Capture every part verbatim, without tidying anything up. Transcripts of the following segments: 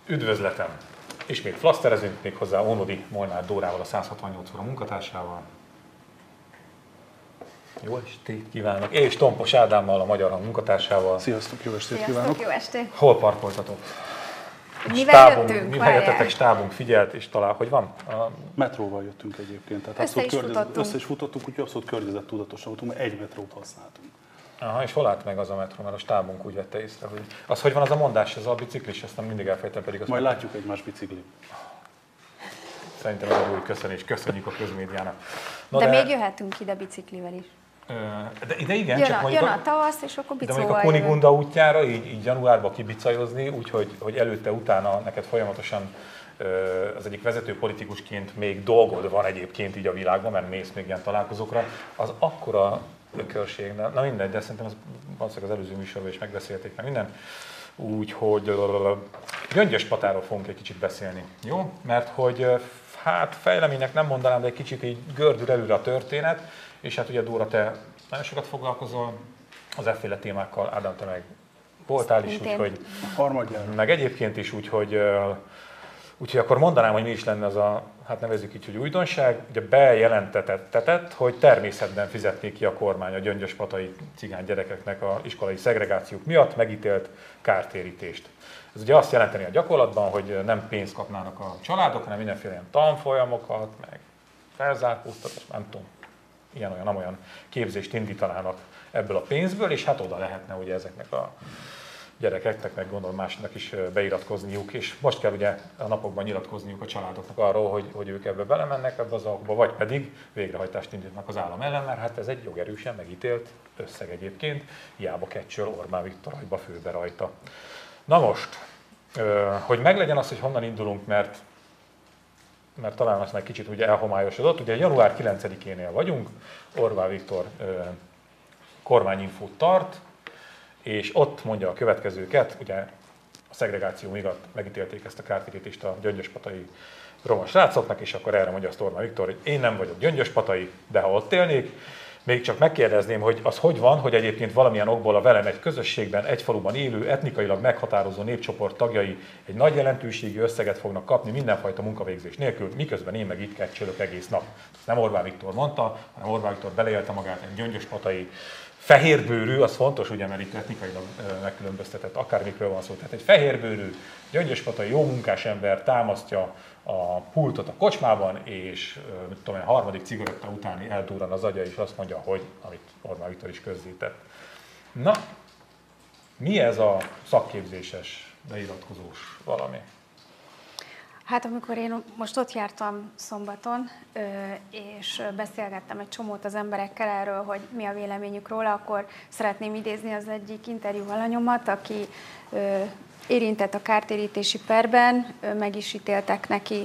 Üdvözletem! Ismét flaszterezünk, méghozzá Ónodi Molnár Dórával, a száz hatvannyolc óra munkatársával. Jó estét kívánok! És Tompos Ádámmal, a Magyar Hang munkatársával. Sziasztok, jó estét Sziasztok, kívánok! Jó estét! Hol parkoltatok? Mivel jöttünk? Mivel jöttetek, stábunk figyelt, és talán, hogy van? A... Metróval jöttünk egyébként, tehát össze, is környezet, össze is futottunk, úgyhogy abszolút környezettudatosan voltunk, mert egy metrót használtunk. Aha, és hol állt meg az a metró, mert a stábunk úgy vette észre, hogy... Az, hogy van az a mondás, ez a biciklis, ezt nem mindig elfejtem, pedig azt... Majd látjuk egymás biciklit. Szerintem ez egy új köszönés, köszönjük a közmédiának. No, de, de még jöhetünk ide biciklivel is. De ide igen, jön csak a, mondjuk... Jön a tavasz, és akkor De bicóval mondjuk a Kunigunda útjára, így, így januárban kibicajozni, úgyhogy hogy előtte, utána neked folyamatosan az egyik vezető politikusként még dolgod van egyébként így a világban, mert mész még ilyen találkozókra, az akkora ökörség, na mindegy, de szerintem az, valószínűleg az előző műsorban is megbeszélték meg minden. Úgyhogy Gyöngyöspatáról fogunk egy kicsit beszélni, jó? Mert hogy hát fejleménynek nem mondanám, de egy kicsit így gördül előre a történet, és hát ugye Dóra, te nagyon sokat foglalkozol az efféle témákkal, Ádám, te meg voltál is, úgyhogy... Harmadjára. Meg egyébként is, úgyhogy... Úgyhogy akkor mondanám, hogy mi is lenne az a, hát nevezzük így, hogy újdonság, ugye bejelentetett, hogy természetben fizetné ki a kormány a gyöngyöspatai cigány gyerekeknek a iskolai szegregációk miatt megítélt kártérítést. Ez ugye azt jelenteni a gyakorlatban, hogy nem pénzt kapnának a családok, hanem mindenféle ilyen tanfolyamokat, meg felzárkóztatást, nem tudom, ilyen-olyan, amolyan képzést indítanának ebből a pénzből, és hát oda lehetne ugye ezeknek a gyerekeknek, meg gondolom másnak is beiratkozniuk, és most kell ugye a napokban nyilatkozniuk a családoknak arról, hogy, hogy ők ebbe belemennek ebbe az alapba, vagy pedig végrehajtást indítnak az állam ellen, mert hát ez egy jogerősen megítélt összeg egyébként, hiába kecsöl Orbán Viktor agyba főbe rajta. Na most, hogy meglegyen az, hogy honnan indulunk, mert, mert talán azt már kicsit ugye elhomályosodott, ugye január kilencedikénél vagyunk, Orbán Viktor kormányinfót tart, és ott mondja a következőket, ugye a szegregáció miatt megítélték ezt a kártérítést a gyöngyöspatai roma srácoknak, és akkor erre mondja azt Orbán Viktor, hogy én nem vagyok gyöngyöspatai, de ha ott élnék, még csak megkérdezném, hogy az hogy van, hogy egyébként valamilyen okból a velem egy közösségben, egy faluban élő, etnikailag meghatározó népcsoport tagjai egy nagy jelentőségű összeget fognak kapni mindenfajta munkavégzés nélkül, miközben én meg itt kecsölök egész nap. Ezt nem Orbán Viktor mondta, hanem Orbán Viktor beleélte magát egy gyöngyöspatai fehérbőrű, az fontos, ugye, mert itt etnikailag megkülönböztetett, akármikről van szó. Tehát egy fehérbőrű, gyöngyöspatai jó munkás ember támasztja a pultot a kocsmában, és mit tudom én, a harmadik cigaretta utáni eldurran az agya, és azt mondja, hogy amit Orbán Viktor is közzétett. Na, mi ez a szakképzéses, beiratkozós valami? Hát amikor én most ott jártam szombaton, és beszélgettem egy csomót az emberekkel erről, hogy mi a véleményük róla, akkor szeretném idézni az egyik interjú alanyomat, aki érintett a kártérítési perben, meg is ítéltek neki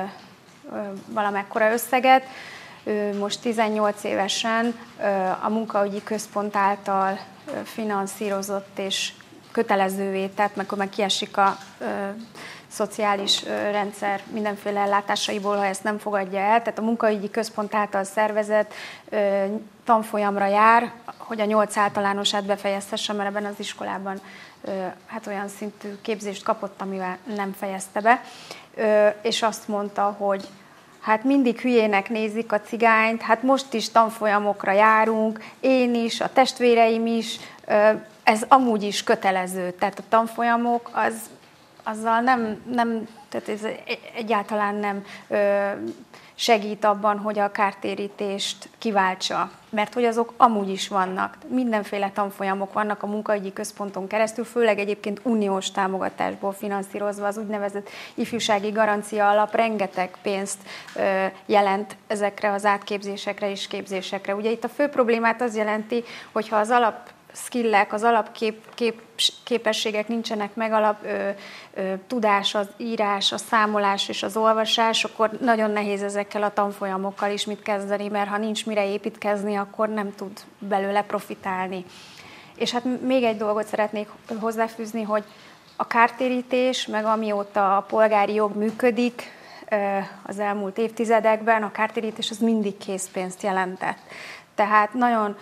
valamekkora összeget. Most tizennyolc évesen a munkaügyi központ által finanszírozott és kötelezővé tett, meg meg kiesik a szociális rendszer mindenféle ellátásaiból, ha ezt nem fogadja el. Tehát a munkaügyi központ által szervezett ö, tanfolyamra jár, hogy a nyolc általánosát befejezhesse, mert ebben az iskolában ö, hát olyan szintű képzést kapott, amivel nem fejezte be. Ö, és azt mondta, hogy hát mindig hülyének nézik a cigányt, hát most is tanfolyamokra járunk, én is, a testvéreim is, ö, ez amúgy is kötelező. Tehát a tanfolyamok az azzal nem, nem, tehát ez egyáltalán nem ö, segít abban, hogy a kártérítést kiváltsa, mert hogy azok amúgy is vannak. Mindenféle tanfolyamok vannak a munkaügyi központon keresztül, főleg egyébként uniós támogatásból finanszírozva, az úgynevezett ifjúsági garancia alap rengeteg pénzt ö, jelent ezekre az átképzésekre és képzésekre. Ugye itt a fő problémát az jelenti, hogyha az alap skillek, az alapkép, kép, képességek nincsenek meg, alap ö, ö, tudás, az írás, a számolás és az olvasás, akkor nagyon nehéz ezekkel a tanfolyamokkal is mit kezdeni, mert ha nincs mire építkezni, akkor nem tud belőle profitálni. És hát még egy dolgot szeretnék hozzáfűzni, hogy a kártérítés, meg amióta a polgári jog működik az elmúlt évtizedekben, a kártérítés az mindig készpénzt jelentett. Tehát nagyon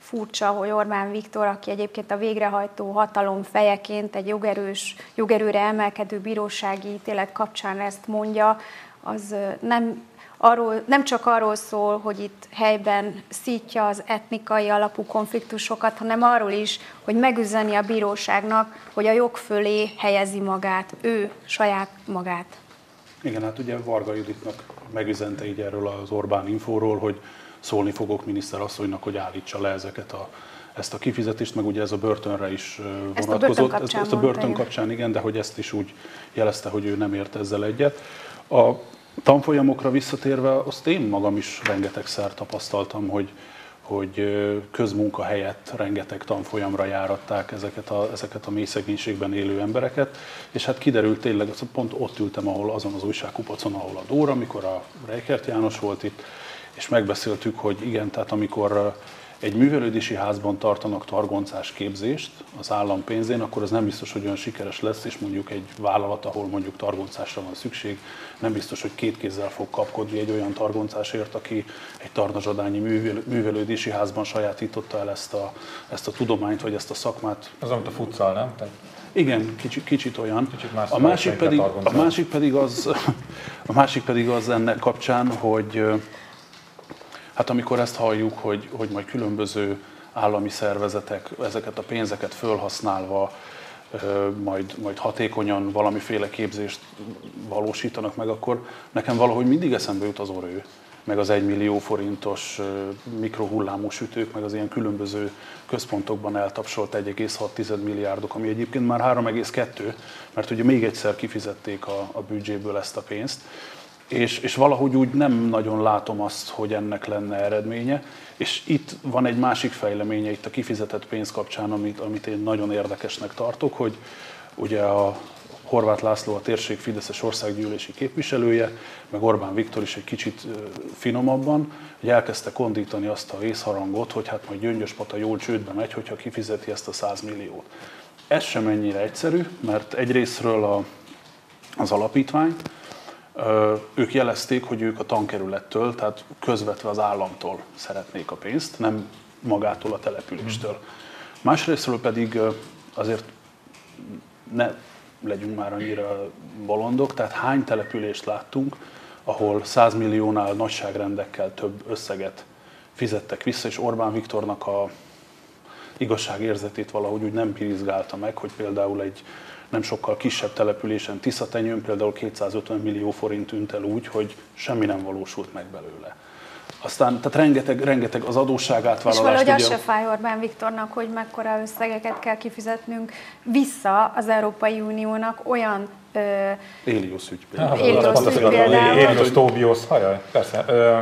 furcsa, hogy Orbán Viktor, aki egyébként a végrehajtó hatalom fejeként egy jogerős, jogerőre emelkedő bírósági ítélet kapcsán ezt mondja, az nem, arról, nem csak arról szól, hogy itt helyben szítja az etnikai alapú konfliktusokat, hanem arról is, hogy megüzeni a bíróságnak, hogy a jog fölé helyezi magát, ő saját magát. Igen, hát ugye Varga Juditnak megüzente így erről az Orbán Infóról, hogy szólni fogok miniszterasszonynak, hogy állítsa le ezeket a, ezt a kifizetést, meg ugye ez a börtönre is vonatkozott. Ezt a, ezt a börtön kapcsán, igen, de hogy ezt is úgy jelezte, hogy ő nem ért ezzel egyet. A tanfolyamokra visszatérve, azt én magam is rengetegszer tapasztaltam, hogy, hogy közmunka helyett rengeteg tanfolyamra járatták ezeket a, ezeket a mély szegénységben élő embereket, és hát kiderült tényleg, pont ott ültem, ahol azon az újságkupacon, ahol a Dóra, amikor a Reichert János volt itt, és megbeszéltük, hogy igen, tehát amikor egy művelődési házban tartanak targoncás képzést az állam pénzén, akkor az nem biztos, hogy olyan sikeres lesz, és mondjuk egy vállalat, ahol mondjuk targoncásra van szükség, nem biztos, hogy két kézzel fog kapkodni egy olyan targoncásért, aki egy tarnazsadányi művelődési házban sajátította el ezt a, ezt a tudományt, vagy ezt a szakmát. Az, amit a futsal, nem? Tehát... Igen, kicsit, kicsit olyan. Kicsit a, másik pedig, a, másik pedig az, a másik pedig az ennek kapcsán, hogy hát amikor ezt halljuk, hogy, hogy majd különböző állami szervezetek ezeket a pénzeket felhasználva majd, majd hatékonyan valamiféle képzést valósítanak meg, akkor nekem valahogy mindig eszembe jut az orő, meg az egymillió forintos mikrohullámú sütők, meg az ilyen különböző központokban eltapsolt egy egész hat milliárdok, ami egyébként már három egész kettő, mert ugye még egyszer kifizették a, a büdzséből ezt a pénzt. És, és valahogy úgy nem nagyon látom azt, hogy ennek lenne eredménye. És itt van egy másik fejleménye itt a kifizetett pénz kapcsán, amit, amit én nagyon érdekesnek tartok, hogy ugye a Horváth László, a térség fideszes országgyűlési képviselője, meg Orbán Viktor is egy kicsit finomabban, hogy elkezdte kondítani azt a vészharangot, hogy hát majd Gyöngyöspata jól csődbe megy, hogyha kifizeti ezt a száz milliót. Ez sem ennyire egyszerű, mert egyrészről a, az alapítvány, ők jelezték, hogy ők a tankerülettől, tehát közvetve az államtól szeretnék a pénzt, nem magától a településtől. Másrésztről pedig azért ne legyünk már annyira bolondok, tehát hány települést láttunk, ahol száz milliónál nagyságrendekkel több összeget fizettek vissza, és Orbán Viktornak a igazságérzetét valahogy úgy nem pirizgálta meg, hogy például egy nem sokkal kisebb településen, Tiszatenyőn például kétszázötven millió forint tűnt el úgy, hogy semmi nem valósult meg belőle. Aztán, tehát rengeteg, rengeteg az adósságátvállalást. És valahogy az se fáj Orbán Viktornak, hogy mekkora összegeket kell kifizetnünk vissza az Európai Uniónak olyan... Ö... Éliosz ügy például. Éliosz ügy például. Éliosz, Tóbiosz, hajaj, persze. Ö...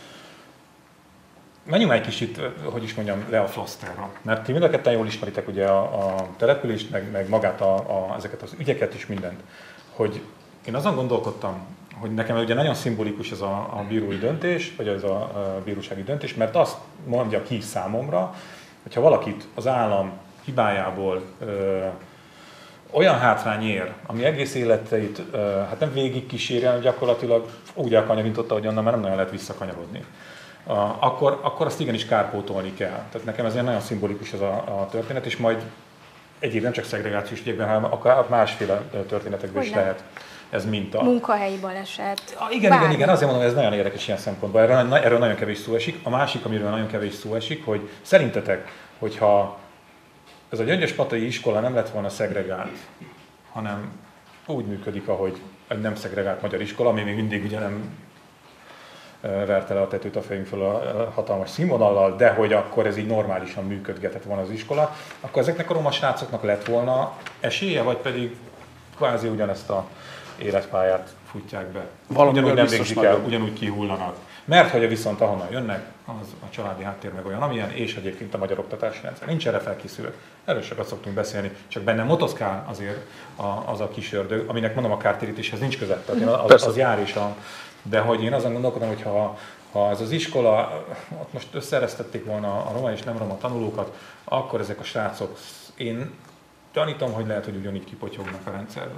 Menjünk már egy kicsit, hogy is mondjam, le a flaszterra. Mert ti mind a ketten jól ismeritek ugye a, a települést, meg, meg magát a, a, ezeket az ügyeket is mindent. Hogy én azon gondolkodtam, hogy nekem ugye nagyon szimbolikus ez a, a bírói döntés, vagy ez a, a bírósági döntés, mert azt mondja ki számomra, hogyha valakit az állam hibájából ö, olyan hátrány ér, ami egész életeit ö, hát nem végig kísérje, hanem gyakorlatilag úgy elkanyarította, hogy onnan már nem nagyon lehet visszakanyarodni. Akkor, akkor azt igenis kárpótolni kell. Tehát nekem ez ilyen nagyon szimbolikus ez a, a történet, és majd egyéb nem csak szegregációs ügyekben, hanem akár másféle történetekben is lehet ez minta. Munkahelyi baleset. Igen, bármi. igen, igen, azért mondom, hogy ez nagyon érdekes ilyen szempontból. Erről, erről nagyon kevés szó esik. A másik, amiről nagyon kevés szó esik, hogy szerintetek, hogyha ez a gyöngyöspatai iskola nem lett volna szegregált, hanem úgy működik, ahogy egy nem szegregált magyar iskola, ami még mindig ugye nem verte le a tetőt a fejünk föl a hatalmas színvonallal, de hogy akkor ez így normálisan működgetett volna az iskola, akkor ezeknek a roma srácoknak lett volna esélye, vagy pedig kvázi ugyanezt a életpályát futják be. Ugyanúgy nem végzik el, ugyanúgy kihullanak. Mert hogyha viszont ahonnan jönnek, az a családi háttér meg olyan, amilyen, és egyébként a magyar oktatási rendszer nincs erre felkészülve. Erről sokat szoktunk beszélni, csak benne motoszkál azért az a kis ördög, aminek mondom a kártérítéshez nincs köze, tehát az, az jár is a... De hogy én azon gondolkodom, hogy ha, ha ez az iskola, ott most összeeresztették volna a roma és nem roma tanulókat, akkor ezek a srácok, én tanítom, hogy lehet, hogy ugyanígy kipotyognak a rendszerből.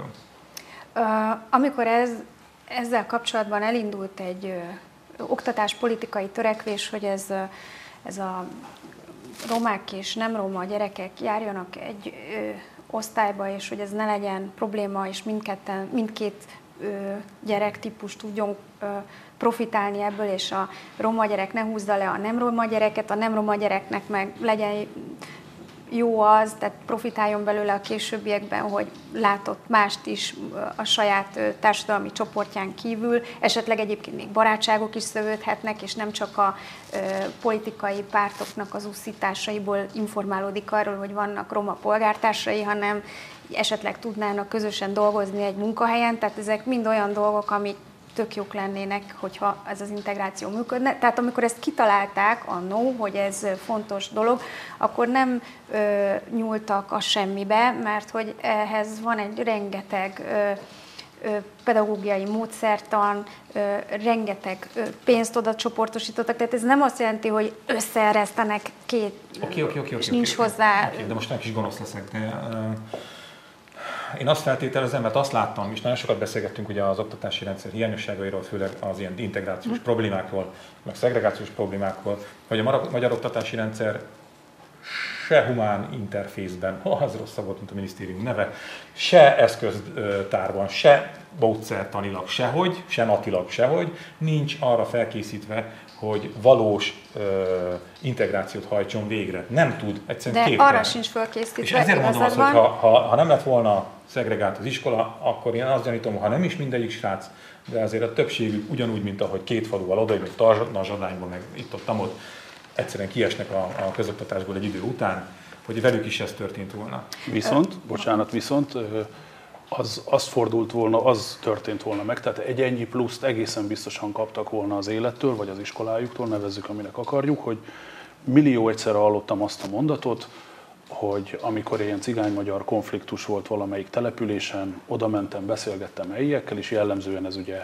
Amikor ez, ezzel kapcsolatban elindult egy ö, oktatáspolitikai törekvés, hogy ez, ez a romák és nem roma gyerekek járjanak egy ö, osztályba, és hogy ez ne legyen probléma, és mindketten, mindkét ö, gyerektípus tudjon ö, profitálni ebből, és a roma gyerek ne húzza le a nem roma gyereket, a nem roma gyereknek meg legyen jó az, tehát profitáljon belőle a későbbiekben, hogy látott mást is a saját társadalmi csoportján kívül, esetleg egyébként még barátságok is szövődhetnek, és nem csak a ö, politikai pártoknak az úszításaiból informálódik arról, hogy vannak roma polgártársai, hanem esetleg tudnának közösen dolgozni egy munkahelyen, tehát ezek mind olyan dolgok, amik tök jók lennének, hogyha ez az integráció működne. Tehát amikor ezt kitalálták annó, hogy ez fontos dolog, akkor nem ö, nyúltak a semmibe, mert hogy ehhez van egy rengeteg ö, ö, pedagógiai módszertan, ö, rengeteg ö, pénzt oda csoportosítottak, tehát ez nem azt jelenti, hogy összeeresztenek két, okay, okay, okay, és okay, nincs okay, hozzá... Okay, de most nem kis gonosz leszek, de... Uh... Én azt feltételezem, mert azt láttam, és nagyon sokat beszélgettünk ugye az oktatási rendszer hiányosságairól, főleg az ilyen integrációs mm. problémákról, meg szegregációs problémákról, hogy a magyar oktatási rendszer se humán interfészben, ha az rosszabb volt, mint a minisztérium neve, se eszköztárban, se módszertanilag sehogy, se natilag sehogy, nincs arra felkészítve, hogy valós uh, integrációt hajtson végre. Nem tud, egyszerűen De képtelen. arra sincs felkészítve. És ezért mondom azt, hogy ha, ha, ha nem lett volna szegregált az iskola, akkor én azt gyanítom, ha nem is mindegyik srác, de azért a többségük ugyanúgy, mint ahogy két faluval odaig, meg Tarzsazsádányban, meg itt-ott, egyszerűen kiesnek a, a közoktatásból egy idő után, hogy velük is ez történt volna. Viszont, bocsánat, viszont az, az fordult volna, az történt volna meg, tehát egy ennyi pluszt egészen biztosan kaptak volna az élettől, vagy az iskolájuktól, nevezzük, aminek akarjuk, hogy millió egyszerre hallottam azt a mondatot, hogy amikor ilyen cigány-magyar konfliktus volt valamelyik településen, oda mentem, beszélgettem helyiekkel, és jellemzően ez ugye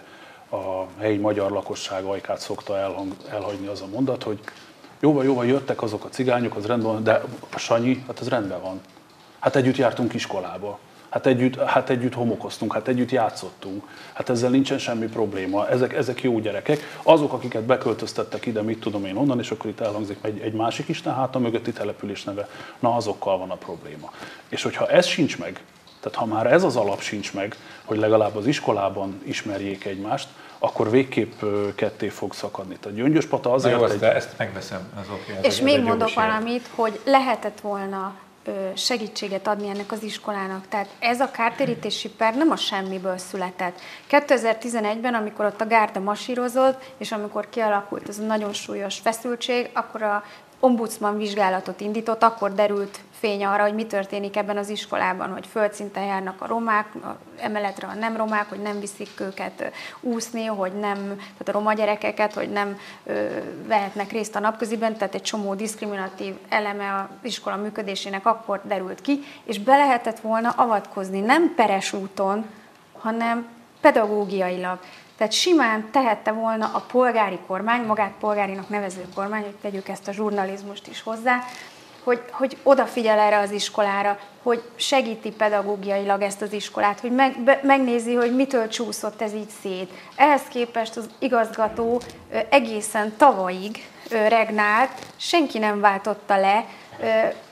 a helyi magyar lakosság ajkát szokta elhang, elhagyni az a mondat, hogy jóval, jóval jöttek azok a cigányok, az rendben van, de a Sanyi, hát az rendben van. Hát együtt jártunk iskolába, hát együtt, hát együtt homokoztunk, hát együtt játszottunk, hát ezzel nincsen semmi probléma, ezek, ezek jó gyerekek. Azok, akiket beköltöztettek ide, mit tudom én onnan, és akkor itt elhangzik egy, egy másik Isten háta mögötti település neve, na azokkal van a probléma. És hogyha ez sincs meg, tehát ha már ez az alap sincs meg, hogy legalább az iskolában ismerjék egymást, akkor végképp ketté fog szakadni. Tehát Gyöngyöspata azért... Jó, ezt, egy... ezt megveszem. Ez okay, ez és egy, még ez mondok valamit, hogy lehetett volna segítséget adni ennek az iskolának. Tehát ez a kártérítési per nem a semmiből született. kétezer-tizenegyben, amikor ott a gárda masírozott, és amikor kialakult ez a nagyon súlyos feszültség, akkor a ombudsman vizsgálatot indított, akkor derült fény arra, hogy mi történik ebben az iskolában, hogy földszinten járnak a romák, emeletre a nem romák, hogy nem viszik őket úszni, hogy nem, tehát a roma gyerekeket, hogy nem ö, vehetnek részt a napköziben, tehát egy csomó diszkriminatív eleme az iskola működésének akkor derült ki, és be lehetett volna avatkozni, nem peres úton, hanem pedagógiailag. Tehát simán tehette volna a polgári kormány, magát polgárinak nevező kormány, hogy tegyük ezt a zsurnalizmust is hozzá, hogy, hogy odafigyel erre az iskolára, hogy segíti pedagógiailag ezt az iskolát, hogy meg, be, megnézi, hogy mitől csúszott ez így szét. Ehhez képest az igazgató ö, egészen tavalyig ö, regnált, senki nem váltotta le, ö,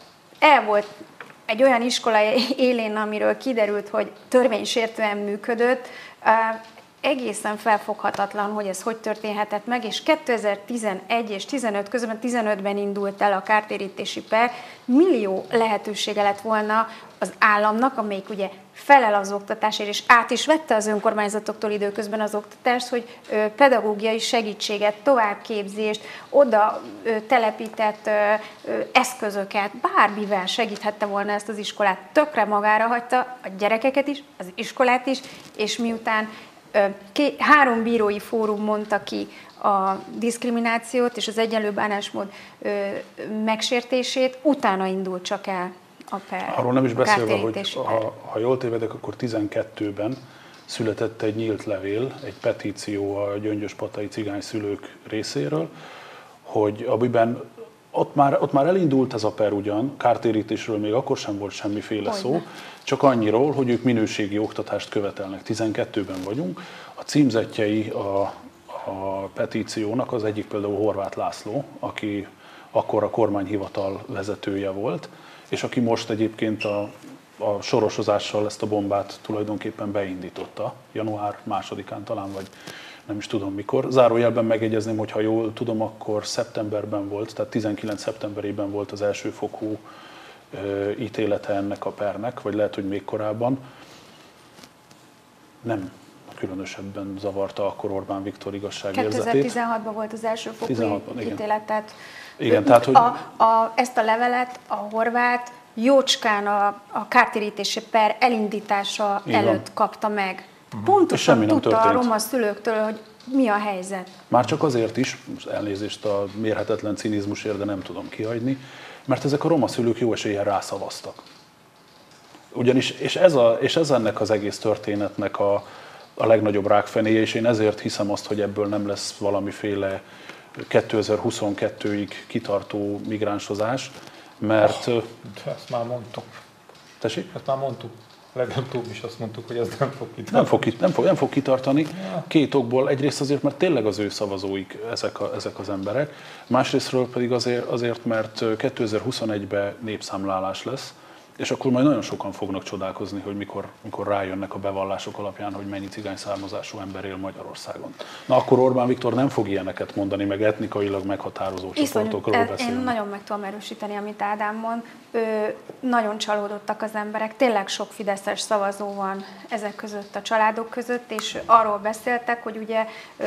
el volt egy olyan iskola élén, amiről kiderült, hogy törvénysértően működött, ö, egészen felfoghatatlan, hogy ez hogy történhetett meg, és kétezer-tizenegy és tizenöt közben, tizenötben indult el a kártérítési per, millió lehetősége lett volna az államnak, amelyik ugye felel az oktatásért, és át is vette az önkormányzatoktól időközben az oktatást, hogy pedagógiai segítséget, továbbképzést, oda telepített eszközöket, bármivel segíthette volna ezt az iskolát. Tökre magára hagyta a gyerekeket is, az iskolát is, és miután Ké, három bírói fórum mondta ki a diszkriminációt és az egyenlő bánásmód ö, megsértését, utána indult csak el a per. Arról nem is beszélve, hogy ha, ha jól tévedek, akkor tizenkettőben született egy nyílt levél, egy petíció a gyöngyöspatai cigány szülők részéről, hogy amiben ott már, ott már elindult ez a per ugyan, kártérítésről még akkor sem volt semmiféle Hogyne. szó, csak annyiról, hogy ők minőségi oktatást követelnek. tizenkettőben vagyunk. A címzettjei a, a petíciónak az egyik például Horváth László, aki akkor a kormányhivatal vezetője volt, és aki most egyébként a, a sorosozással ezt a bombát tulajdonképpen beindította, január másodikán talán, vagy nem is tudom mikor. Zárójelben megjegyezném, hogy ha jól tudom, akkor szeptemberben volt, tehát tizenkilenc szeptemberében volt az elsőfokú ö, ítélete ennek a pernek, vagy lehet, hogy még korábban. Nem különösebben zavarta akkor Orbán Viktor igazságérzetét. kétezer-tizenhatban volt az elsőfokú ítélet, tehát, igen, tehát hogy... a, a, ezt a levelet a horvát jócskán a, a kártérítési per elindítása igen. előtt kapta meg. Pontosan tudta történt. A roma szülőktől, hogy mi a helyzet. Már csak azért is, elnézést a mérhetetlen cinizmusért, de nem tudom kihagyni, mert ezek a roma szülők jó eséllyel rászavaztak. Ugyanis, és ez, a, és ez ennek az egész történetnek a, a legnagyobb rákfenéje, és én ezért hiszem azt, hogy ebből nem lesz valamiféle kétezer-huszonkettőig kitartó migránsozás, mert... Oh, ezt már mondtuk. Tessék? Ezt már mondtuk. Legutóbb is azt mondtuk, hogy ez nem fog kitartani. Nem fog, nem fog, nem fog kitartani. Ja. Két okból. Egyrészt azért, mert tényleg az ő szavazóik ezek, a, ezek az emberek. Másrésztről pedig azért, azért, mert kétezer-huszonegyben népszámlálás lesz, és akkor majd nagyon sokan fognak csodálkozni, hogy mikor, mikor rájönnek a bevallások alapján, hogy mennyi cigány származású ember él Magyarországon. Na akkor Orbán Viktor nem fog ilyeneket mondani, meg etnikailag meghatározó csoportokról beszélni. Én nagyon meg tudom erősíteni, amit Ádám mond. Ő, nagyon csalódottak az emberek, tényleg sok fideszes szavazó van ezek között, a családok között, és arról beszéltek, hogy ugye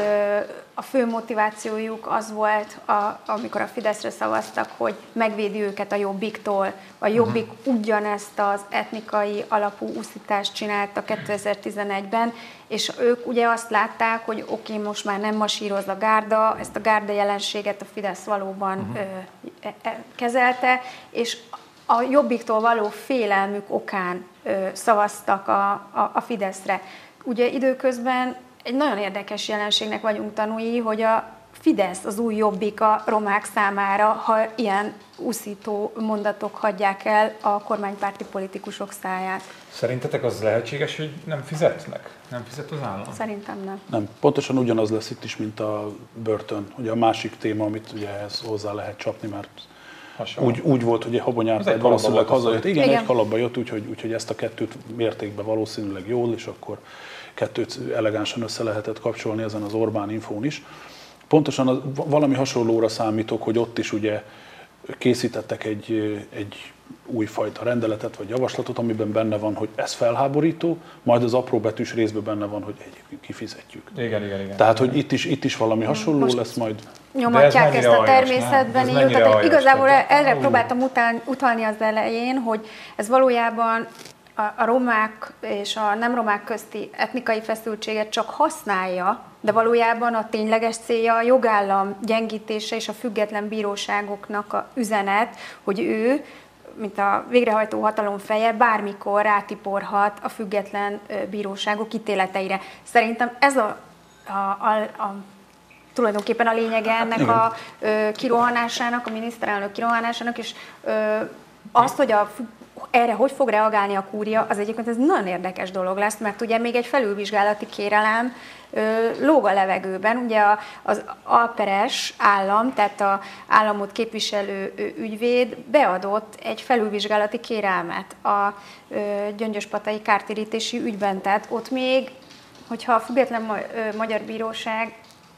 a fő motivációjuk az volt, a, amikor a Fideszre szavaztak, hogy megvédi őket a Jobbiktól. A Jobbik uh-huh. ugyanezt az etnikai alapú uszítást csinálta kétezer-tizenegyben, és ők ugye azt látták, hogy oké, okay, most már nem masíroz a gárda, ezt a gárda jelenséget a Fidesz valóban uh-huh. ö, e, e, kezelte, és a Jobbiktól való félelmük okán ö, szavaztak a, a, a Fideszre. Ugye időközben egy nagyon érdekes jelenségnek vagyunk tanúi, hogy a Fidesz az új Jobbik a romák számára, ha ilyen uszító mondatok hagyják el a kormánypárti politikusok száját. Szerintetek az lehetséges, hogy nem fizetnek? Nem fizet az állam? Szerintem nem. Nem. Pontosan ugyanaz lesz itt is, mint a börtön. Ugye a másik téma, amit ugye ehhez hozzá lehet csapni, mert úgy, úgy volt, hogy Habony Árpád valószínűleg hazajött. Igen, Igen, egy kalapba jött, úgyhogy, úgyhogy ezt a kettőt mértékben valószínűleg jól, és akkor kettőt elegánsan össze lehetett kapcsolni ezen az Orbán infón is. Pontosan az, valami hasonlóra számítok, hogy ott is ugye készítettek egy, egy újfajta rendeletet vagy javaslatot, amiben benne van, hogy ez felháborító, majd az apróbetűs részben benne van, hogy egyébként kifizetjük. Igen, igen, igen. Tehát, hogy itt is, itt is valami hasonló Most lesz majd. Nyomatják ezt a természetben. Igazából erre próbáltam utálni, utalni az elején, hogy ez valójában a, a romák és a nem romák közti etnikai feszültséget csak használja, de valójában a tényleges célja a jogállam gyengítése és a független bíróságoknak a üzenet, hogy ő, mint a végrehajtó hatalom feje, bármikor rátiporhat a független bíróságok ítéleteire. Szerintem ez a, a, a, a tulajdonképpen a lényege ennek Igen. a ö, kirohanásának, a miniszterelnök kirohanásának, és ö, azt, hogy a erre hogy fog reagálni a kúria, az egyébként ez nagyon érdekes dolog lesz, mert ugye még egy felülvizsgálati kérelem ö, lóg a levegőben. Ugye az alperes állam, tehát az államot képviselő ügyvéd beadott egy felülvizsgálati kérelmet a ö, gyöngyöspatai kártérítési ügyben, tehát ott még, hogyha a független magyar bíróság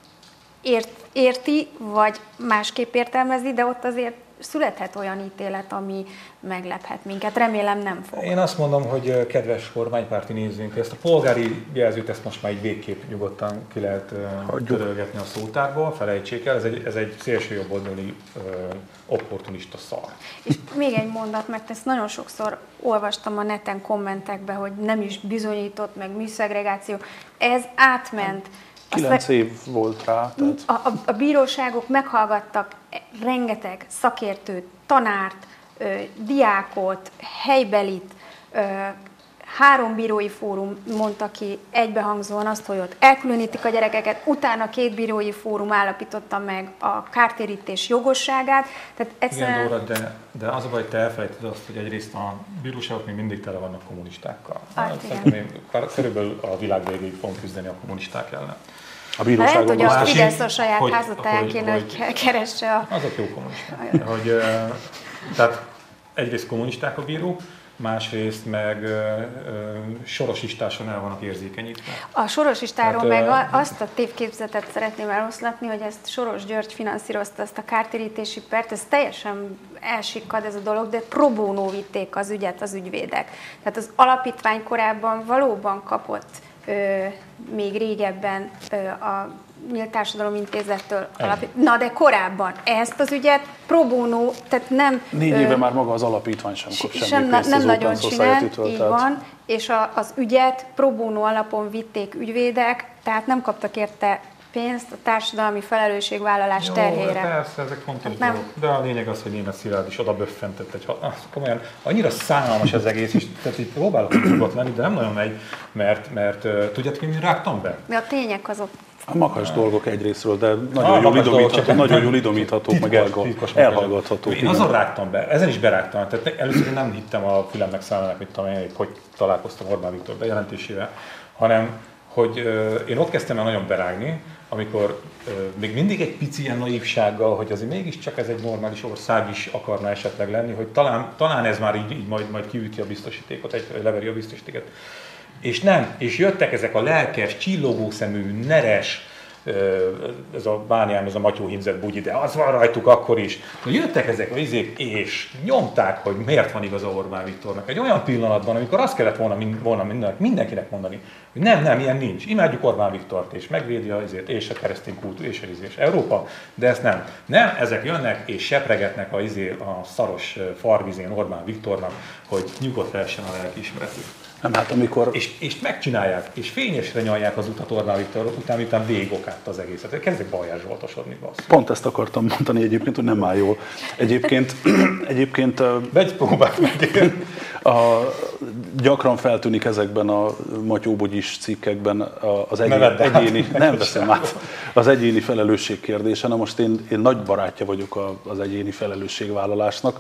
ért, érti, vagy másképp értelmezi, de ott azért születhet olyan ítélet, ami meglephet minket. Remélem nem fog. Én azt mondom, hogy kedves kormánypárti nézőink, ezt a polgári jelzőt ezt most már egy végképp nyugodtan ki lehet törölgetni a szótárból, felejtsék el, ez egy, ez egy szélsőjobboldali opportunista szar. És még egy mondat, mert ezt nagyon sokszor olvastam a neten kommentekbe, hogy nem is bizonyított, meg műszegregáció. Ez átment. Kilenc év volt rá. Tehát... A, a, a bíróságok meghallgattak rengeteg szakértőt, tanárt, ö, diákot, helybelit, ö, három bírói fórum mondta ki egybehangzóan azt, hogy ott elkülönítik a gyerekeket, utána két bírói fórum állapította meg a kártérítés jogosságát. Tehát egyszerűen... Igen, Dóra, de, de az a baj, te elfelejted azt, hogy egyrészt a bíróságok még mindig tele vannak kommunistákkal. Hát, Szerintem én körülbelül a világ végéig fogunk küzdeni a kommunisták ellen. A bíróságon lehet, hogy a másik, Fidesz a saját hogy- házatáján hogy- kéne, hogy, hogy keresse a... Azok jó kommunisták. Hogy, ö, tehát egyrészt kommunisták a bírók, másrészt meg ö, ö, sorosistáson el vannak érzékenyítve. A sorosistáról Hát, meg ö, a- azt a tévképzetet szeretném eloszlatni, hogy ezt Soros György finanszírozta, ezt a kártérítési pert, ez teljesen elsikkad ez a dolog, de pro bono vitték az ügyet az ügyvédek. Tehát az alapítvány korábban valóban kapott ö, még régebben ö, a Nyílt Társadalom Intézettől alapít... Na, de korábban ezt az ügyet pro bono, tehát nem... Négy ö, éve már maga az alapítvány sem kap semmi sem, pénzt nem az nagyon Open csinál, Society-től, így tehát- van, és a, az ügyet pro bono alapon vitték ügyvédek, tehát nem kaptak érte pénzt a társadalmi felelősségvállalás Jó, terhére. persze, ezek fontos Hát nem. dolgok. De a lényeg az, hogy Németh Szilárd is oda böffentett egy... ha- azt komolyan, annyira szánalmas az egész, és tehát itt próbálok nyugodt lenni, de nem nagyon megy, mert, mert uh, tudjátok, hogy mi rágtam be? De a tények azok... A makas dolgok egyrésztről, de Ah, nagyon jól magas dolgok, idomíthatók, csak nagyon nem- jól idomíthatók, meg titkos, elga- titkos magas. elhallgathatók. Én igen. azon rágtam be, ezen is berágtam. Tehát először én nem hittem a fülemnek, számának, mit tudom én, hogy találkoztam Orbán Viktor bejelentésével, hanem hogy ö, én ott kezdtem el nagyon berágni, amikor ö, még mindig egy pici ilyen naívsággal, hogy azért mégiscsak ez egy normális ország is akarna esetleg lenni, hogy talán, talán ez már így, így majd, majd kiüti a biztosítékot, egy, leveri a biztosítékot. És nem, és jöttek ezek a lelkes, csillogó szemű, neres, ez a bányám, ez a Matyó hímzett bugyi, de az van rajtuk akkor is. Na, jöttek ezek a izék, és nyomták, hogy miért van igaza Orbán Viktornak. Egy olyan pillanatban, amikor azt kellett volna, volna mindenkinek, mindenkinek mondani, hogy nem, nem, ilyen nincs. Imádjuk Orbán Viktort, és megvédi a izét, és a keresztény kultúr, és a izé, és Európa, de ezt nem. Nem, ezek jönnek, és sepregetnek a, izé, a szaros farvizén Orbán Viktornak, hogy nyugodt lehessen a lelkiismeretük. Nem, hát amikor... És, és megcsinálják, és fényesre nyalják az utat Orbán Viktor után, miután végigokátta az egészet. Kezdek Baljás Zsoltosodni, bassz. Pont ezt akartam mondani egyébként, hogy nem áll jól. Egyébként, egyébként De egy próbált meg. a, gyakran feltűnik ezekben a Matyó-bugyis cikkekben az egyéni, Ne vedd át. egyéni nem veszem át, az egyéni felelősség kérdése. Na most én, én nagy barátja vagyok a, az egyéni felelősségvállalásnak,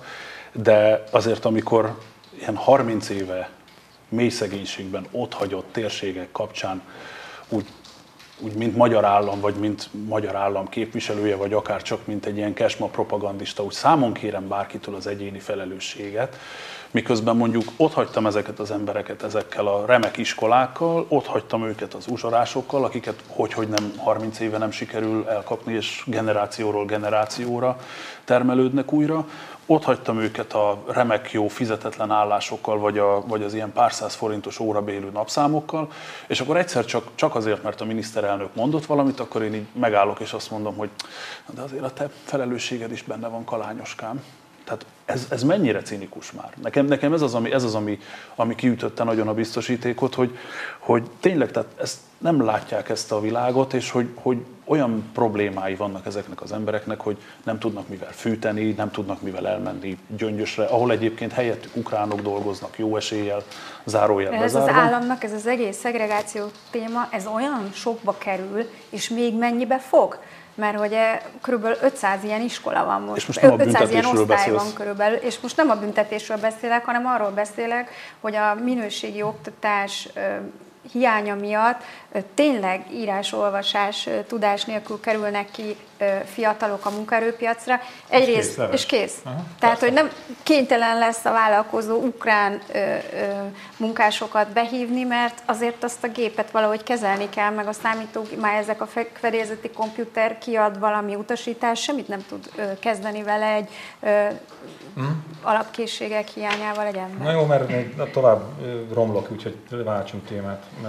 de azért amikor ilyen harminc éve mély szegénységben otthagyott térségek kapcsán úgy, úgy mint magyar állam, vagy mint magyar állam képviselője, vagy akár csak mint egy ilyen kesma propagandista, úgy számon kérem bárkitől az egyéni felelősséget, miközben mondjuk ott hagytam ezeket az embereket ezekkel a remek iskolákkal, ott hagytam őket az uzsorásokkal, akiket hogyhogy nem harminc éve nem sikerül elkapni, és generációról generációra termelődnek újra. Ott hagytam őket a remek jó fizetetlen állásokkal, vagy, a, vagy az ilyen pár száz forintos órabélű napszámokkal, és akkor egyszer csak, csak azért, mert a miniszterelnök mondott valamit, akkor én így megállok, és azt mondom, hogy de azért a te felelősséged is benne van, kalányoskám. Tehát ez, ez mennyire cinikus már. Nekem, nekem ez az, ami, ez az ami, ami kiütötte nagyon a biztosítékot, hogy, hogy tényleg tehát ezt nem látják ezt a világot, és hogy, hogy olyan problémái vannak ezeknek az embereknek, hogy nem tudnak mivel fűteni, nem tudnak mivel elmenni Gyöngyösre, ahol egyébként helyettük ukránok dolgoznak jó eséllyel, zárójel Ez bezárva. az államnak, ez az egész szegregáció téma, ez olyan sokba kerül, és még mennyibe fog? Mert hogy körülbelül ötszáz ilyen iskola van most, És most nem a ötszáz ilyen büntetésről osztály beszélsz. van körülbelül, és most nem a büntetésről beszélek, hanem arról beszélek, hogy a minőségi oktatás ö, hiánya miatt ö, tényleg írás-olvasás ö, tudás nélkül kerülnek ki ö, fiatalok a munkaerőpiacra. Egyrészt, kész, leves. és kész. Aha, Tehát, persze. hogy nem kénytelen lesz a vállalkozó ukrán ö, ö, munkásokat behívni, mert azért azt a gépet valahogy kezelni kell, meg a számítógép, már ezek a fedélzeti komputer kiad valami utasítást, semmit nem tud ö, kezdeni vele egy ö, hmm. alapkészségek hiányával egy ember. Na jó, mert még tovább ö, romlok, úgyhogy váltsunk témát. Ö,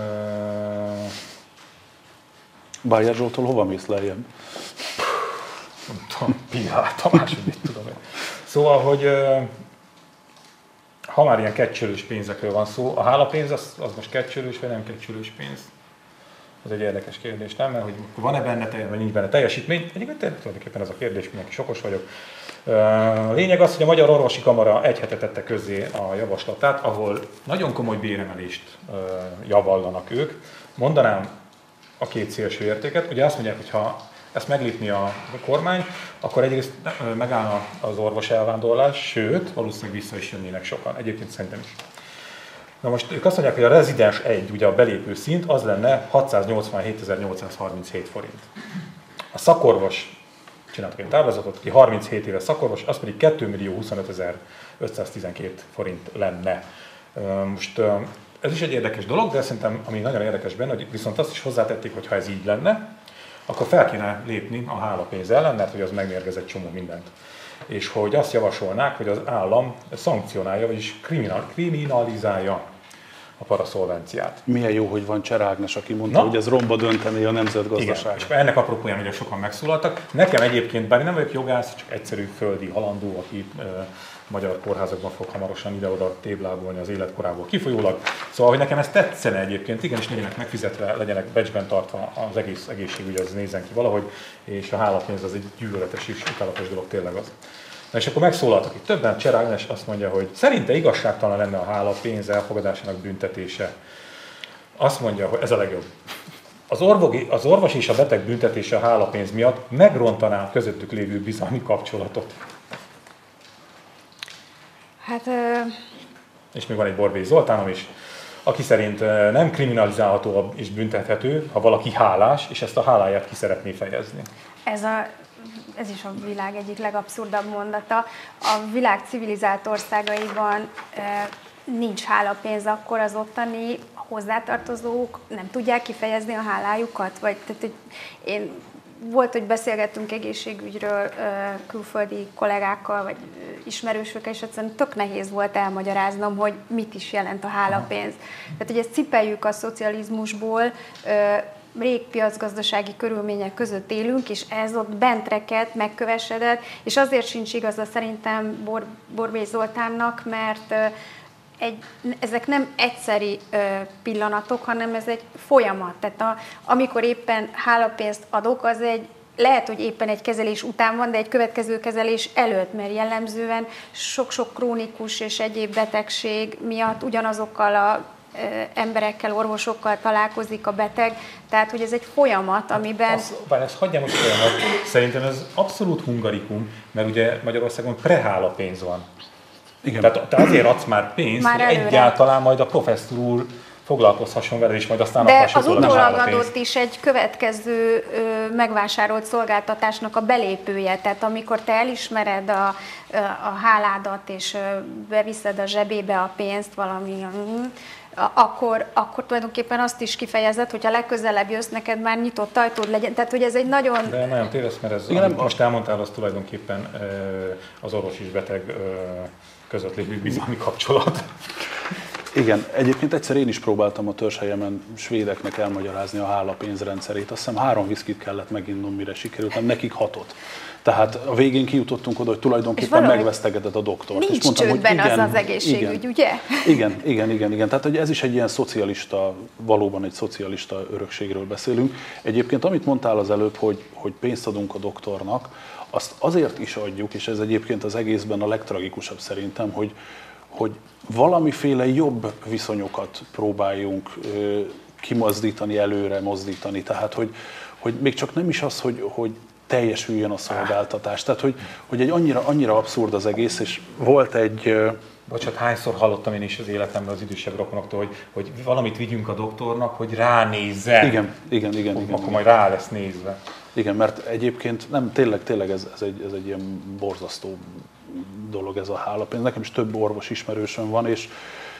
Bajer Zsoltól hova mész lejjebb? Nem tudom, Pihá Tamás, hogy mit tudom én. Szóval, hogy ö, ha már ilyen kecsölős pénzekről van szó, a hálapénz az, az most kecsölős, vagy nem kecsölős pénz? Ez egy érdekes kérdés, nem? Mert hogy van-e benne, vagy nincs benne teljesítmény? Egyébként tulajdonképpen ez a kérdés, mindenki okos vagyok. A lényeg az, hogy a Magyar Orvosi Kamara egy hete tette közzé a javaslatát, ahol nagyon komoly béremelést javallanak ők. Mondanám a két szélső értéket. Ugye azt mondják, hogy ha ezt meglépni a kormány, akkor egyrészt megállna az orvos elvándorlás, sőt, valószínűleg vissza is jönnének sokan. Egyébként szerintem is. Na most ők azt mondják, hogy a rezidens egy, ugye a belépő szint, az lenne hatszáznyolcvanhétezer-nyolcszázharminchét forint. A szakorvos, csináltak egy táblázatot, ki harminchét éves szakorvos, az pedig kétmillió huszonötezer-ötszáztizenkét forint lenne. Most ez is egy érdekes dolog, de szerintem ami nagyon érdekes benne, hogy viszont azt is hozzátették, hogy ha ez így lenne, akkor fel kéne lépni a hálapénz ellen, mert hogy az megmérgez egy csomó mindent. És hogy azt javasolnák, hogy az állam szankcionálja, vagyis kriminal, kriminalizálja a paraszolvenciát. Milyen jó, hogy van Cser Ágnes, aki mondta, Na? hogy ez romba dönteni a nemzetgazdaságot. Igen, és ennek apropóján ugye sokan megszólaltak. Nekem egyébként, bár én nem vagyok jogász, csak egyszerű földi halandó, aki e, magyar kórházakban fog hamarosan ide-oda téblábolni az életkorából kifolyólag. Szóval, hogy nekem ez tetszene egyébként, igenis legyenek megfizetve, legyenek becsben tartva az egész egészségügy, az nézzen ki valahogy, és a hálapénz az egy gyűlöletes és utálatos dolog, tényleg az. Na és akkor megszólaltak itt többen, Cser Ágnes azt mondja, hogy szerinte igazságtalan lenne a hálapénz elfogadásának büntetése. Azt mondja, hogy ez a legjobb. Az, orvogi, az orvos és a beteg büntetése a hálapénz miatt megrontaná a közöttük lévő bizalmi kapcsolatot. Hát... Uh... És még van egy Borbély Zoltánom is, aki szerint nem kriminalizálható és büntethető, ha valaki hálás, és ezt a háláját ki szeretné fejezni. Ez a... Ez is a világ egyik legabszurdabb mondata. A világ civilizált országaiban e, nincs hálapénz, akkor az ottani hozzátartozók nem tudják kifejezni a hálájukat? Vagy, tehát, hogy én, volt, hogy beszélgettünk egészségügyről e, külföldi kollégákkal, vagy ismerősökkel, és egyszerűen tök nehéz volt elmagyaráznom, hogy mit is jelent a hálapénz. Tehát, hogy ezt cipeljük a szocializmusból, e, rég piacgazdasági körülmények között élünk, és ez ott bent reked, megkövesedett, és azért sincs igaza szerintem Bor- Borbély Zoltánnak, mert egy, ezek nem egyszeri pillanatok, hanem ez egy folyamat. Tehát a, amikor éppen hálapénzt adok, az egy lehet, hogy éppen egy kezelés után van, de egy következő kezelés előtt, mert jellemzően sok-sok krónikus és egyéb betegség miatt ugyanazokkal a emberekkel, orvosokkal találkozik a beteg, tehát hogy ez egy folyamat, amiben... Bár ezt hagyjam most folyamat, szerintem ez abszolút hungarikum, mert ugye Magyarországon prehálapénz van. Igen. Tehát te azért adsz már pénzt, már hogy egyáltalán majd a professzor úr foglalkozhasson vele, és majd aztán de az utólag adott is egy következő ö, megvásárolt szolgáltatásnak a belépője. Tehát amikor te elismered a, a háládat, és ö, beviszed a zsebébe a pénzt valami, Akkor, akkor tulajdonképpen azt is kifejezed, hogy ha legközelebb jössz, neked már nyitott ajtód legyen. Tehát, hogy ez egy nagyon... De nagyon tévesz, mert ez, amit most elmondtál, az tulajdonképpen az orvos és beteg között lévő bizalmi kapcsolat. Igen, egyébként egyszer én is próbáltam a törzshelyemen svédeknek elmagyarázni a hálapénzrendszerét. Azt hiszem három viszkit kellett meginnom, mire sikerült, nem nekik hatot. Tehát a végén kijutottunk oda, hogy tulajdonképpen megvesztegeted a doktort. Nincs és mondtam, csődben hogy igen, az az egészségügy, igen, ugye? Igen, igen, igen, igen. Tehát hogy ez is egy ilyen szocialista, valóban egy szocialista örökségről beszélünk. Egyébként amit mondtál az előbb, hogy, hogy pénzt adunk a doktornak, azt azért is adjuk, és ez egyébként az egészben a legtragikusabb szerintem, hogy, hogy valamiféle jobb viszonyokat próbáljunk ö, kimozdítani, előre mozdítani. Tehát, hogy, hogy még csak nem is az, hogy, hogy teljesüljön a szolgáltatás. Tehát, hogy, hogy egy annyira, annyira abszurd az egész, és volt egy... Bocsánat, hányszor hallottam én is az életemben az idősebb rokonoktól, hogy, hogy valamit vigyünk a doktornak, hogy ránézzen. Igen, igen, igen. Akkor, igen, akkor igen. majd rá lesz nézve. Igen, mert egyébként nem, tényleg, tényleg ez, ez, egy, ez egy ilyen borzasztó dolog ez a hálapénz. Nekem is több orvos ismerősöm van, és,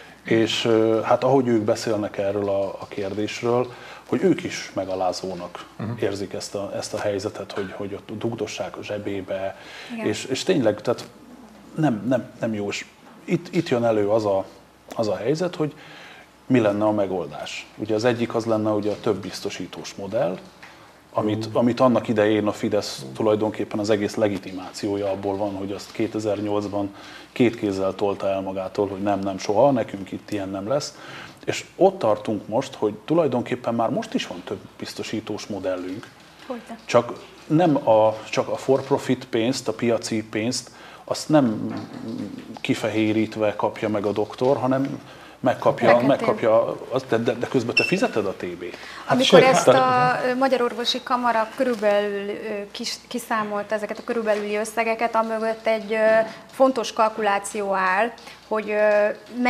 és hát ahogy ők beszélnek erről a, a kérdésről, hogy ők is megalázónak uh-huh. érzik ezt a, ezt a helyzetet, hogy, hogy ott dugdossák a zsebébe, és, és tényleg tehát nem, nem, nem jó. És itt, itt jön elő az a, az a helyzet, hogy mi lenne a megoldás. Ugye az egyik az lenne ugye a több biztosítós modell, amit, uh. amit annak idején a Fidesz tulajdonképpen az egész legitimációja abból van, hogy azt kétezer-nyolcban két kézzel tolta el magától, hogy nem, nem, soha, nekünk itt ilyen nem lesz. És ott tartunk most, hogy tulajdonképpen már most is van több biztosítós modellünk. Hogyne. Csak nem a, csak a for-profit pénzt, a piaci pénzt, azt nem kifehérítve kapja meg a doktor, hanem megkapja, megkapja de, de, de közben te fizeted a té bét. Hát amikor sőt, ezt a Magyar Orvosi Kamara körülbelül kis, kiszámolt ezeket a körülbelüli összegeket, amögött egy fontos kalkuláció áll, hogy mennyit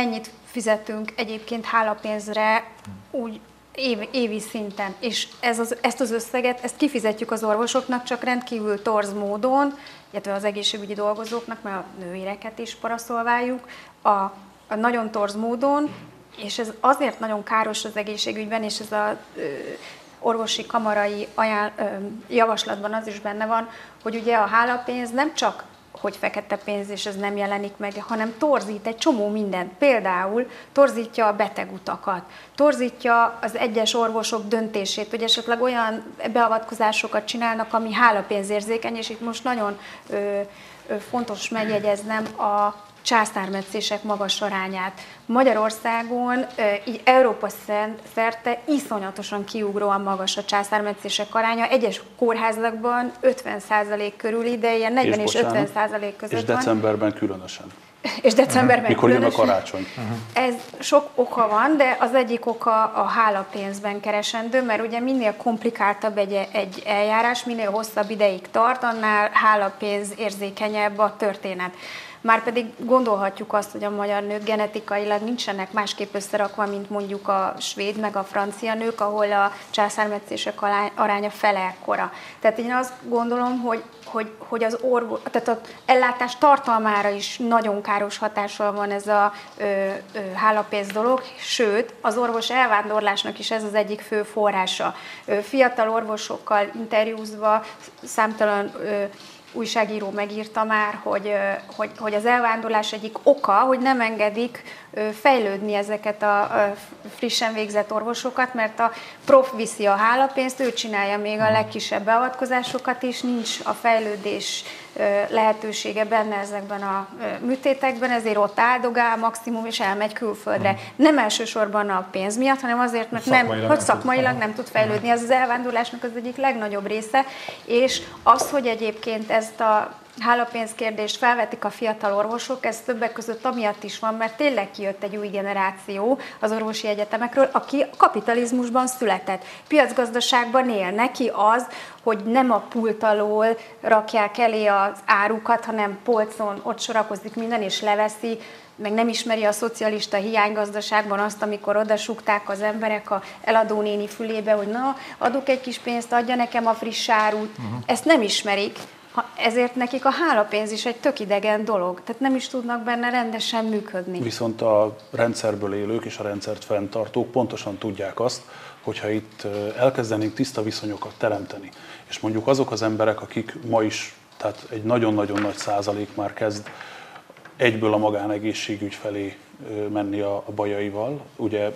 fizetünk egyébként hálapénzre úgy év, évi szinten, és ez az, ezt az összeget, ezt kifizetjük az orvosoknak, csak rendkívül torz módon, illetve az egészségügyi dolgozóknak, mert a nővéreket is paraszolváljuk, a, a nagyon torz módon, és ez azért nagyon káros az egészségügyben, és ez a ö, orvosi kamarai ajánl, ö, javaslatban az is benne van, hogy ugye a hálapénz nem csak hogy fekete pénz, és ez nem jelenik meg, hanem torzít egy csomó mindent. Például torzítja a betegutakat, torzítja az egyes orvosok döntését, hogy esetleg olyan beavatkozásokat csinálnak, ami hálapénzérzékeny, és itt most nagyon ö, ö, fontos megjegyeznem a császármetszések magas arányát. Magyarországon, így Európa szerte iszonyatosan kiugróan magas a császármetszések aránya. Egyes kórházakban ötven százalék körüli, de ilyen negyven és, és ötven százalék között és van. És decemberben különösen. És decemberben Mikor jön a különösen. karácsony. Uh-huh. Ez sok oka van, de az egyik oka a hálapénzben keresendő, mert ugye minél komplikáltabb egy, egy eljárás, minél hosszabb ideig tart, annál hálapénz érzékenyebb a történet. Márpedig gondolhatjuk azt, hogy a magyar nők genetikailag nincsenek másképp összerakva, mint mondjuk a svéd meg a francia nők, ahol a császármetszések aránya fele ekkora. Tehát én azt gondolom, hogy, hogy, hogy az orvos, tehát az ellátás tartalmára is nagyon káros hatással van ez a ö, ö, hálapénz dolog, sőt, az orvos elvándorlásnak is ez az egyik fő forrása. Ö, fiatal orvosokkal interjúzva számtalan ö, újságíró megírta már, hogy, hogy, hogy az elvándorlás egyik oka, hogy nem engedik fejlődni ezeket a frissen végzett orvosokat, mert a prof viszi a hálapénzt, ő csinálja még a legkisebb beavatkozásokat is, nincs a fejlődés lehetősége benne ezekben a műtétekben, ezért ott áldogál maximum, és elmegy külföldre. Hmm. Nem elsősorban a pénz miatt, hanem azért, mert nem, szakmailag, hogy szakmailag nem, nem tud fejlődni. Ez az elvándorlásnak az egyik legnagyobb része, és az, hogy egyébként ezt a hálapénz kérdést felvetik a fiatal orvosok, ez többek között amiatt is van, mert tényleg kijött egy új generáció az orvosi egyetemekről, aki kapitalizmusban született. Piacgazdaságban él. Neki az, hogy nem a pult alól rakják elé az árukat, hanem polcon ott sorakozik minden és leveszi, meg nem ismeri a szocialista hiánygazdaságban azt, amikor odasugták az emberek a eladónéni fülébe, hogy na, adok egy kis pénzt, adja nekem a friss árut. Uh-huh. Ezt nem ismerik. Ezért nekik a hálapénz is egy tök idegen dolog, tehát nem is tudnak benne rendesen működni. Viszont a rendszerből élők és a rendszert fenntartók pontosan tudják azt, hogyha itt elkezdenénk tiszta viszonyokat teremteni, és mondjuk azok az emberek, akik ma is, tehát egy nagyon-nagyon nagy százalék már kezd egyből a magánegészségügy felé menni a bajaival, ugye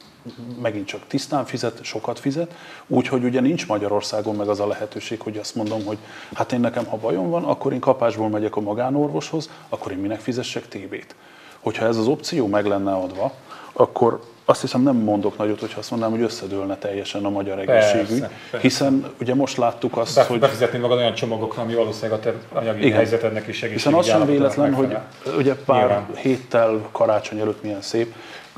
megint csak tisztán fizet, sokat fizet, úgyhogy ugye nincs Magyarországon meg az a lehetőség, hogy azt mondom, hogy hát én nekem, ha bajom van, akkor én kapásból megyek a magánorvoshoz, akkor én minek fizessek té bét. Hogyha ez az opció meg lenne adva, akkor azt hiszem nem mondok nagyot, hogyha azt mondanám, hogy összedőlne teljesen a magyar egészségügy, persze, persze. Hiszen ugye most láttuk azt, Be, hogy... Befizetni magad olyan csomagokra, ami valószínűleg a te anyagi igen. helyzetednek is segít. Hiszen az sem véletlen, hogy ugye pár Nyilván. héttel karácsony előtt milyen szép,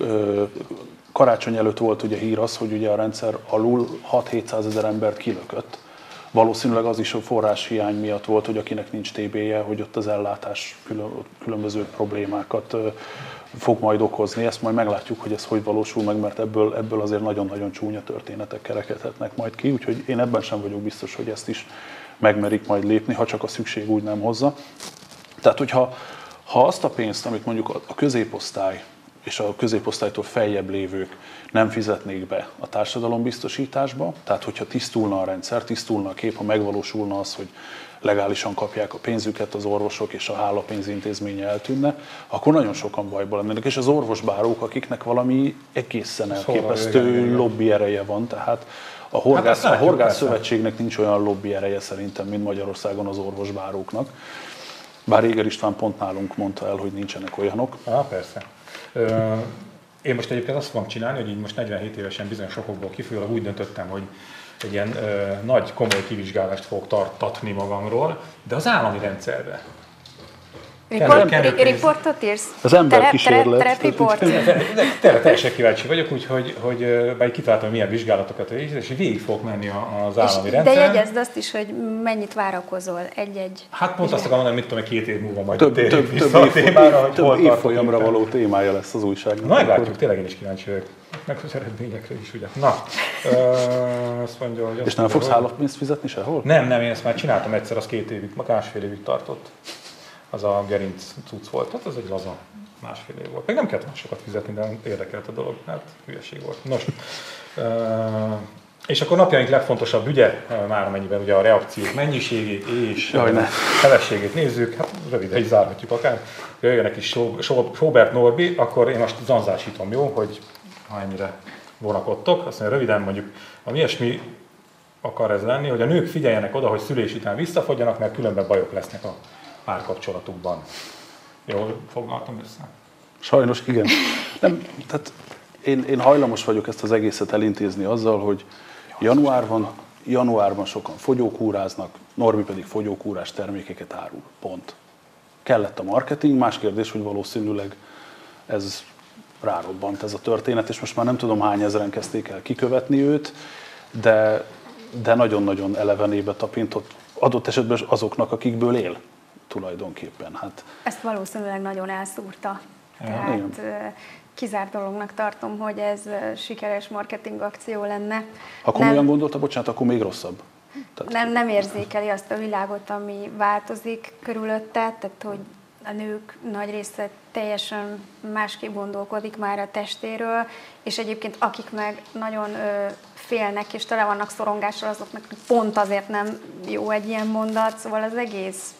karácsony előtt volt ugye hír az, hogy ugye a rendszer alul hat-hétszázezer embert kilökött. Valószínűleg az is a forráshiány miatt volt, hogy akinek nincs té béje, hogy ott az ellátás különböző problémákat fog majd okozni. Ezt majd meglátjuk, hogy ez hogy valósul meg, mert ebből, ebből azért nagyon-nagyon csúnya történetek kerekedhetnek majd ki, úgyhogy én ebben sem vagyok biztos, hogy ezt is megmerik majd lépni, ha csak a szükség úgy nem hozza. Tehát, hogyha ha azt a pénzt, amit mondjuk a középosztály és a középosztálytól feljebb lévők nem fizetnék be a társadalombiztosításba, tehát hogyha tisztulna a rendszer, tisztulna a kép, ha megvalósulna az, hogy legálisan kapják a pénzüket az orvosok és a hálapénz intézménye eltűnne, akkor nagyon sokan bajban lennének. És az orvosbárók, akiknek valami egészen elképesztő lobby ereje van, tehát a Horgász, hát a Horgász Szövetségnek nincs olyan lobby ereje szerintem, mint Magyarországon az orvosbáróknak. Bár Éger István pont nálunk mondta el, hogy nincsenek olyanok. Ah, persze. Én most egyébként azt fogom csinálni, hogy így most negyvenhét évesen bizonyos okokból kifolyólag úgy döntöttem, hogy egy ilyen ö, nagy, komoly kivizsgálást fogok tartatni magamról, de az állami rendszerbe. Riportot írsz? Az emberkísérlet. Terep-riport? Tényleg teljesen kíváncsi vagyok, úgyhogy hogy, bár kitaláltam, hogy milyen vizsgálatokat végez, és végig fogok menni az állami rendszer. De jegyezd azt is, hogy mennyit várakozol egy-egy. Hát pont azt akarom mondani, mit tudom, két év múlva majd több, térjünk több, vissza több, a témára, hogy több hol évfolyamra való témája lesz az újságnak. Na, meglátjuk, tényleg én is kíváncsi vagyok. Meg az eredményekre is, ugye. Na, uh, azt mondja, hogy... És nem fogsz hálópénzt fizetni sehol? Nem, nem, én ezt már csináltam egyszer, az két évig, másfél évig tartott. Az a gerinc cucc volt, tehát ez egy laza másfél év volt. Még nem kellett másokat fizetni, de érdekelt a dolog, hát hülyeség volt. Nos, uh, és akkor napjaink legfontosabb ügye, már amennyiben ugye a reakciók mennyiségét és felességét nézzük, hát röviden is zárhatjuk akár. Jöjjönek is Sobert Norbi, akkor én most zanzásítom, jó, hogy ha ennyire vonakodtok. Azt mondja, röviden mondjuk, ami ilyesmi akar ez lenni, hogy a nők figyeljenek oda, hogy szülés után visszafogyjanak, mert különben bajok lesznek a párkapcsolatukban. Jól foglaltam össze? Sajnos igen. Nem, tehát én, én hajlamos vagyok ezt az egészet elintézni azzal, hogy januárban, januárban sokan fogyókúráznak, Norbi pedig fogyókúrás termékeket árul. Pont. Kellett a marketing, más kérdés, hogy valószínűleg ez rárobbant ez a történet, és most már nem tudom hány ezeren kezdték el kikövetni őt, de, de nagyon-nagyon elevenébe tapintott adott esetben azoknak, akikből él tulajdonképpen. Hát. Ezt valószínűleg nagyon elszúrta. Tehát igen. Kizárt dolognak tartom, hogy ez sikeres marketing akció lenne. Ha komolyan nem, gondolta, bocsánat, akkor még rosszabb. Tehát... Nem, nem érzékeli azt a világot, ami változik körülötte, tehát hogy a nők nagy része teljesen másképp gondolkodik már a testéről, és egyébként akik meg nagyon ö, félnek és tele vannak szorongással, azoknak pont azért nem jó egy ilyen mondat, szóval az egész.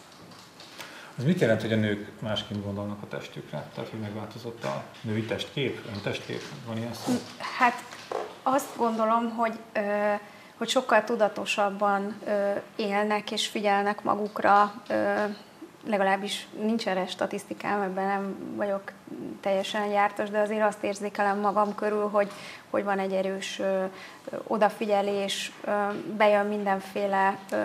Ez mit jelent, hogy a nők másként gondolnak a testükre? Tehát, hogy megváltozott a női testkép, ön testkép? Van ilyen szó? Hát azt gondolom, hogy, ö, hogy sokkal tudatosabban ö, élnek és figyelnek magukra, ö, legalábbis nincs erre statisztikám, ebben nem vagyok teljesen jártas, de azért azt érzékelem magam körül, hogy, hogy van egy erős ö, odafigyelés, ö, bejön mindenféle ö,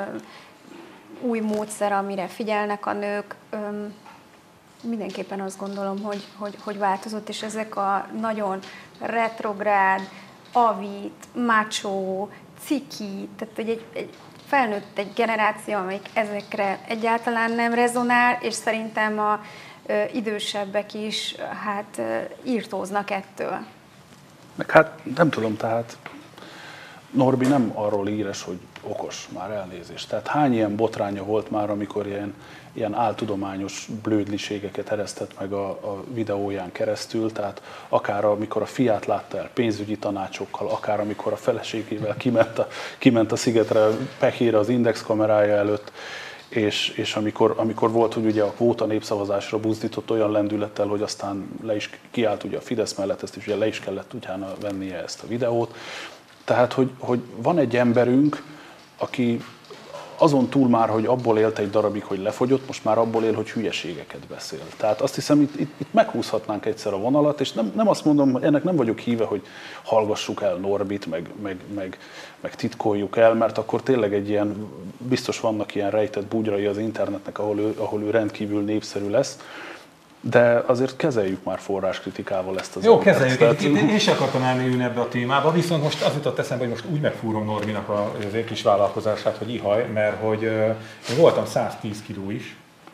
új módszer, amire figyelnek a nők. Ö, mindenképpen azt gondolom, hogy, hogy, hogy változott, és ezek a nagyon retrográd, avit, macho, ciki, tehát hogy egy, egy felnőtt egy generáció, amelyik ezekre egyáltalán nem rezonál, és szerintem a ö, idősebbek is hát ö, írtóznak ettől. Meg hát nem tudom, tehát Norbi nem arról íres, hogy okos, már elnézést. Tehát hány ilyen botránya volt már, amikor ilyen, ilyen áltudományos blödliségeket eresztett meg a, a videóján keresztül, tehát akár amikor a fiát látta el pénzügyi tanácsokkal, akár amikor a feleségével kiment a, kiment a szigetre pehére az Index kamerája előtt, és, és amikor, amikor volt, hogy ugye a kvóta népszavazásra buzdított olyan lendülettel, hogy aztán le is kiállt ugye a Fidesz mellett, ezt is ugye le is kellett utána vennie ezt a videót. Tehát, hogy, hogy van egy emberünk, aki azon túl már, hogy abból élt egy darabig, hogy lefogyott, most már abból él, hogy hülyeségeket beszél. Tehát azt hiszem, itt, itt, itt meghúzhatnánk egyszer a vonalat, és nem, nem azt mondom, hogy ennek nem vagyok híve, hogy hallgassuk el Norbit, meg, meg, meg, meg titkoljuk el, mert akkor tényleg egy ilyen, biztos vannak ilyen rejtett bugyrai az internetnek, ahol ő, ahol ő rendkívül népszerű lesz. De azért kezeljük már forráskritikával ezt az Jó, embert. Kezeljük. Én, én is akartam elmélyülni ebbe a témába, viszont most az jutott eszembe, hogy most úgy megfúrom Norbinak az én kis vállalkozását, hogy ihaj, mert hogy uh, én voltam száztíz kiló is,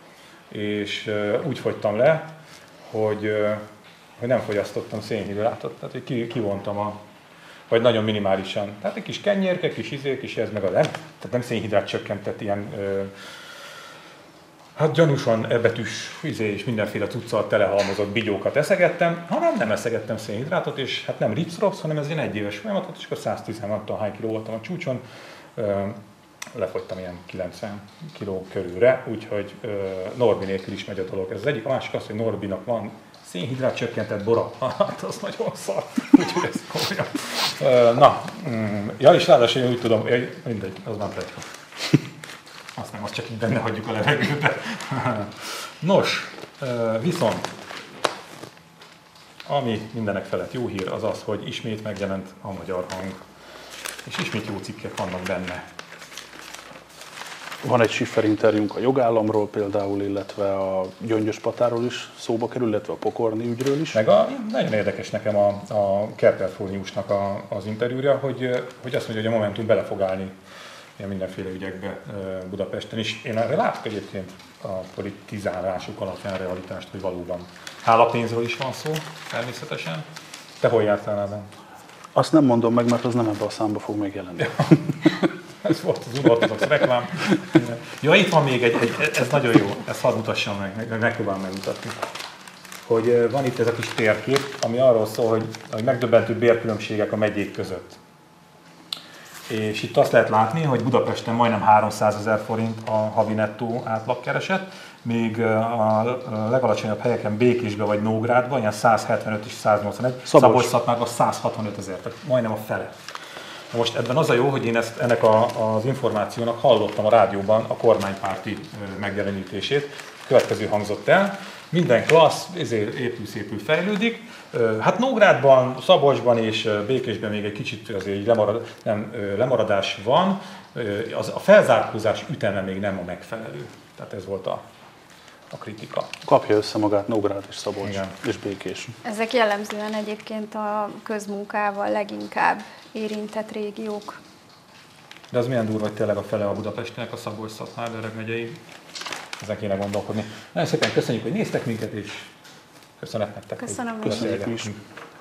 és uh, úgy fogytam le, hogy, uh, hogy nem fogyasztottam szénhidrátot, tehát hogy kivontam a, vagy nagyon minimálisan. Tehát egy kis kenyérke, kis izé, kis ez meg a nem, tehát nem szénhidrát csökkentett ilyen uh, hát gyanúsan ebetűs izé és mindenféle cuccal telehalmozott bigyókat eszegettem, hanem nem eszegettem szénhidrátot, és hát nem ripsz-ropsz, hanem ez egy egyéves folyamatot, és akkor száztíz, nem tudom hány kiló voltam a csúcson, lefogytam ilyen kilencven kiló körülre, úgyhogy Norbi nélkül is megy a dolog. Ez az egyik, a másik az, hogy Norbinak van szénhidrát csökkentett bora, hát az nagyon szar, úgyhogy ez komolyan. Na, ja, és ráadásul én úgy tudom, mindegy, az már pletyka. Azt nem, azt csak így benne hagyjuk a levegőbe. Nos, viszont, ami mindenek felett jó hír, az az, hogy ismét megjelent a Magyar Hang, és ismét jó cikkek vannak benne. Van egy Schiffer interjúnk a jogállamról például, illetve a Gyöngyöspatáról is szóba kerül, illetve a Pokorni ügyről is. Meg a, nagyon érdekes nekem a, a Kerperforniusnak a, az interjúja, hogy, hogy azt mondja, hogy a Momentum bele fog állni ilyen mindenféle ügyekbe Budapesten is. Én erre látok egyébként a politizálásuk alapján realitást, hogy valóban hálapénzről is van szó, természetesen. Te hol jártál, Ádám? Azt nem mondom meg, mert az nem ebbe a számba fog még jelenni. Ez volt az unortodox reklám. Ja, itt van még egy, egy, ez nagyon jó, ezt hadd mutassam meg, meg megpróbálom megmutatni. Hogy van itt ez a kis térkép, ami arról szól, hogy, hogy megdöbbentő bérkülönbségek a megyék között. És itt azt lehet látni, hogy Budapesten majdnem háromszázezer forint a havi nettó átlagkereset, még a legalacsonyabb helyeken Békésben vagy Nógrádban, ilyen száz hetvenöt és száz nyolcvanegy, Szabolcs-Szatmárban száz hatvanöt ezer, tehát majdnem a fele. Most ebben az a jó, hogy én ezt, ennek a, az információnak hallottam a rádióban a kormánypárti megjelenítését. Következő hangzott el, minden klassz, ezért épül-szépül fejlődik. Hát Nógrádban, Szabolcsban és Békésben még egy kicsit azért lemarad, nem, lemaradás van. Az, a felzárkózás üteme még nem a megfelelő. Tehát ez volt a, a kritika. Kapja össze magát Nógrád és Szabolcs. Igen. És Békés. Ezek jellemzően egyébként a közmunkával leginkább érintett régiók. De az milyen durva, hogy tényleg a fele a Budapestnek, a Szabolcs-Szatmár-Bereg megyei. Ezen kéne gondolkodni. Nagyon szépen köszönjük, hogy néztek minket, és köszönet nektek. Köszönöm. Köszönjük mi is.